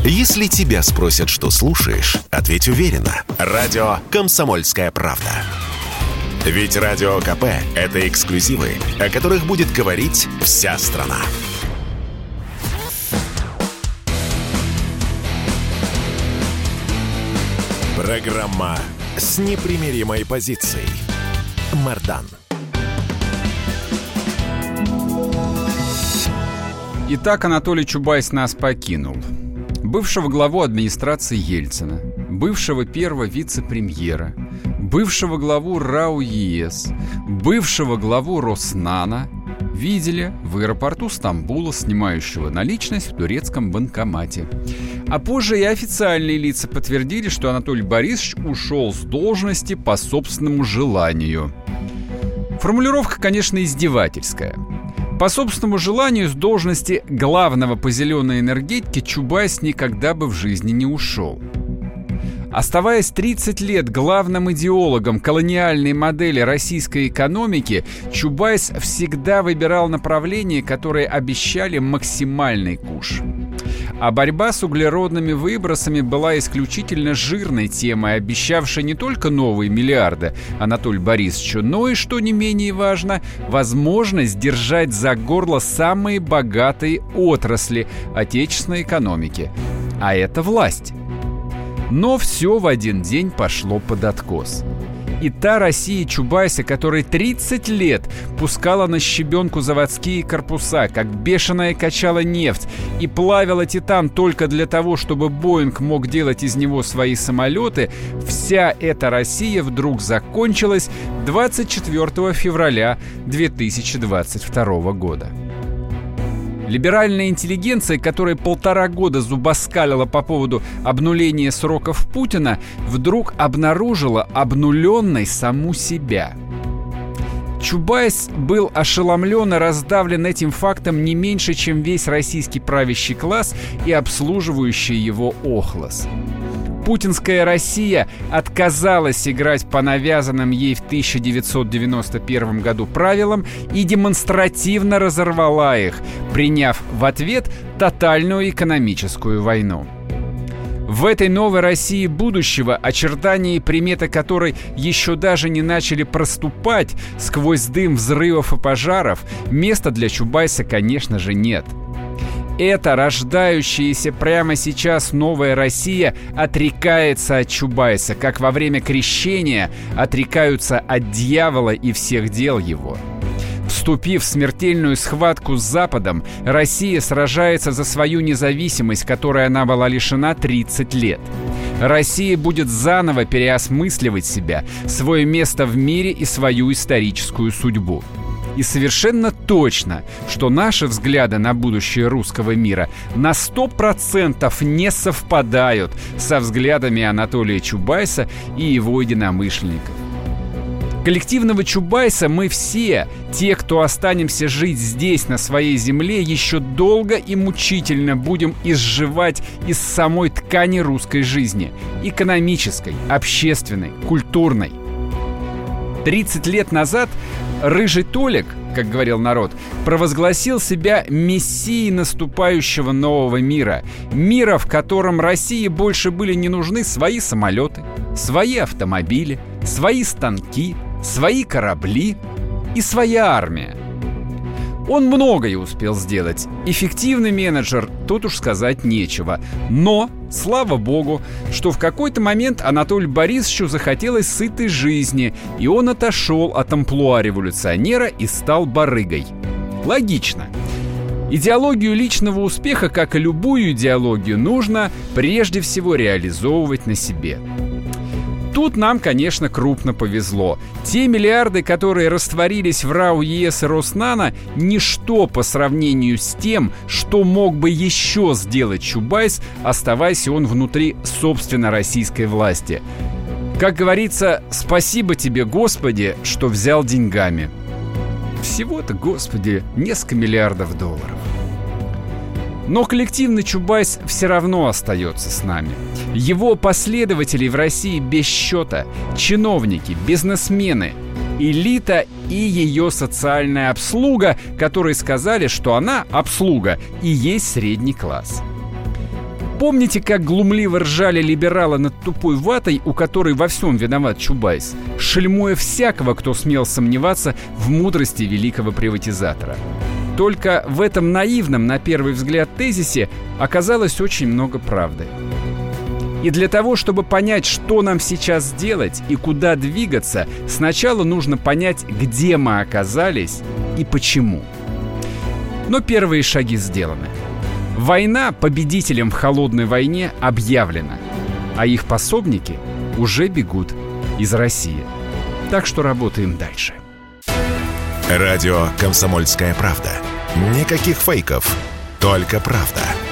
Если тебя спросят, что слушаешь, ответь уверенно. Радио «Комсомольская правда». Ведь Радио КП – это эксклюзивы, о которых будет говорить вся страна. Программа с непримиримой позицией. Мардан. Итак, Анатолий Чубайс нас покинул. Бывшего главу администрации Ельцина, бывшего первого вице-премьера, бывшего главу РАО ЕС, бывшего главу Роснана видели в аэропорту Стамбула, снимающего наличность в турецком банкомате. А позже и официальные лица подтвердили, что Анатолий Борисович ушел с должности по собственному желанию. Формулировка, конечно, издевательская. По собственному желанию с должности главного по зеленой энергетике Чубайс никогда бы в жизни не ушел. Оставаясь 30 лет главным идеологом колониальной модели российской экономики, Чубайс всегда выбирал направления, которые обещали максимальный куш. А борьба с углеродными выбросами была исключительно жирной темой, обещавшей не только новые миллиарды Анатолию Борисовичу, но и, что не менее важно, возможность держать за горло самые богатые отрасли отечественной экономики. А это власть. Но все в один день пошло под откос. И та Россия Чубайса, которая 30 лет пускала на щебенку заводские корпуса, как бешеная качала нефть и плавила титан только для того, чтобы Боинг мог делать из него свои самолеты, вся эта Россия вдруг закончилась 24 февраля 2022 года. Либеральная интеллигенция, которая 1,5 года зубоскалила по поводу обнуления сроков Путина, вдруг обнаружила обнуленной саму себя. Чубайс был ошеломлен и раздавлен этим фактом не меньше, чем весь российский правящий класс и обслуживающий его охлос. Путинская Россия отказалась играть по навязанным ей в 1991 году правилам и демонстративно разорвала их, приняв в ответ тотальную экономическую войну. В этой новой России будущего, очертания и приметы которой еще даже не начали проступать сквозь дым взрывов и пожаров, места для Чубайса, конечно же, нет. Эта рождающаяся прямо сейчас новая Россия отрекается от Чубайса, как во время крещения отрекаются от дьявола и всех дел его. Вступив в смертельную схватку с Западом, Россия сражается за свою независимость, которой она была лишена 30 лет. Россия будет заново переосмысливать себя, свое место в мире и свою историческую судьбу. И совершенно точно, что наши взгляды на будущее русского мира на 100% не совпадают со взглядами Анатолия Чубайса и его единомышленников. Коллективного Чубайса мы все, те, кто останемся жить здесь, на своей земле, еще долго и мучительно будем изживать из самой ткани русской жизни – экономической, общественной, культурной. 30 лет назад Рыжий Толик, как говорил народ, провозгласил себя мессией наступающего нового мира. Мира, в котором России больше были не нужны свои самолеты, свои автомобили, свои станки, свои корабли и своя армия. Он многое успел сделать. Эффективный менеджер, тут уж сказать нечего. Но, слава богу, что в какой-то момент Анатолию Борисовичу захотелось сытой жизни, и он отошел от амплуа революционера и стал барыгой. Логично. Идеологию личного успеха, как и любую идеологию, нужно прежде всего реализовывать на себе. Тут нам, конечно, крупно повезло. Те миллиарды, которые растворились в РАО ЕС и Роснано, ничто по сравнению с тем, что мог бы еще сделать Чубайс, оставаясь он внутри собственно российской власти. Как говорится, спасибо тебе, Господи, что взял деньгами. Всего-то, Господи, несколько миллиардов долларов. Но коллективный Чубайс все равно остается с нами. Его последователей в России без счета, чиновники, бизнесмены, элита и ее социальная обслуга, которые сказали, что она, обслуга, и есть средний класс. Помните, как глумливо ржали либералы над тупой ватой, у которой во всем виноват Чубайс, шельмуя всякого, кто смел сомневаться в мудрости великого приватизатора? Только в этом наивном, на первый взгляд, тезисе оказалось очень много правды. И для того, чтобы понять, что нам сейчас делать и куда двигаться, сначала нужно понять, где мы оказались и почему. Но первые шаги сделаны. Война победителям в холодной войне объявлена, а их пособники уже бегут из России. Так что работаем дальше. Радио «Комсомольская правда». Никаких фейков, только правда.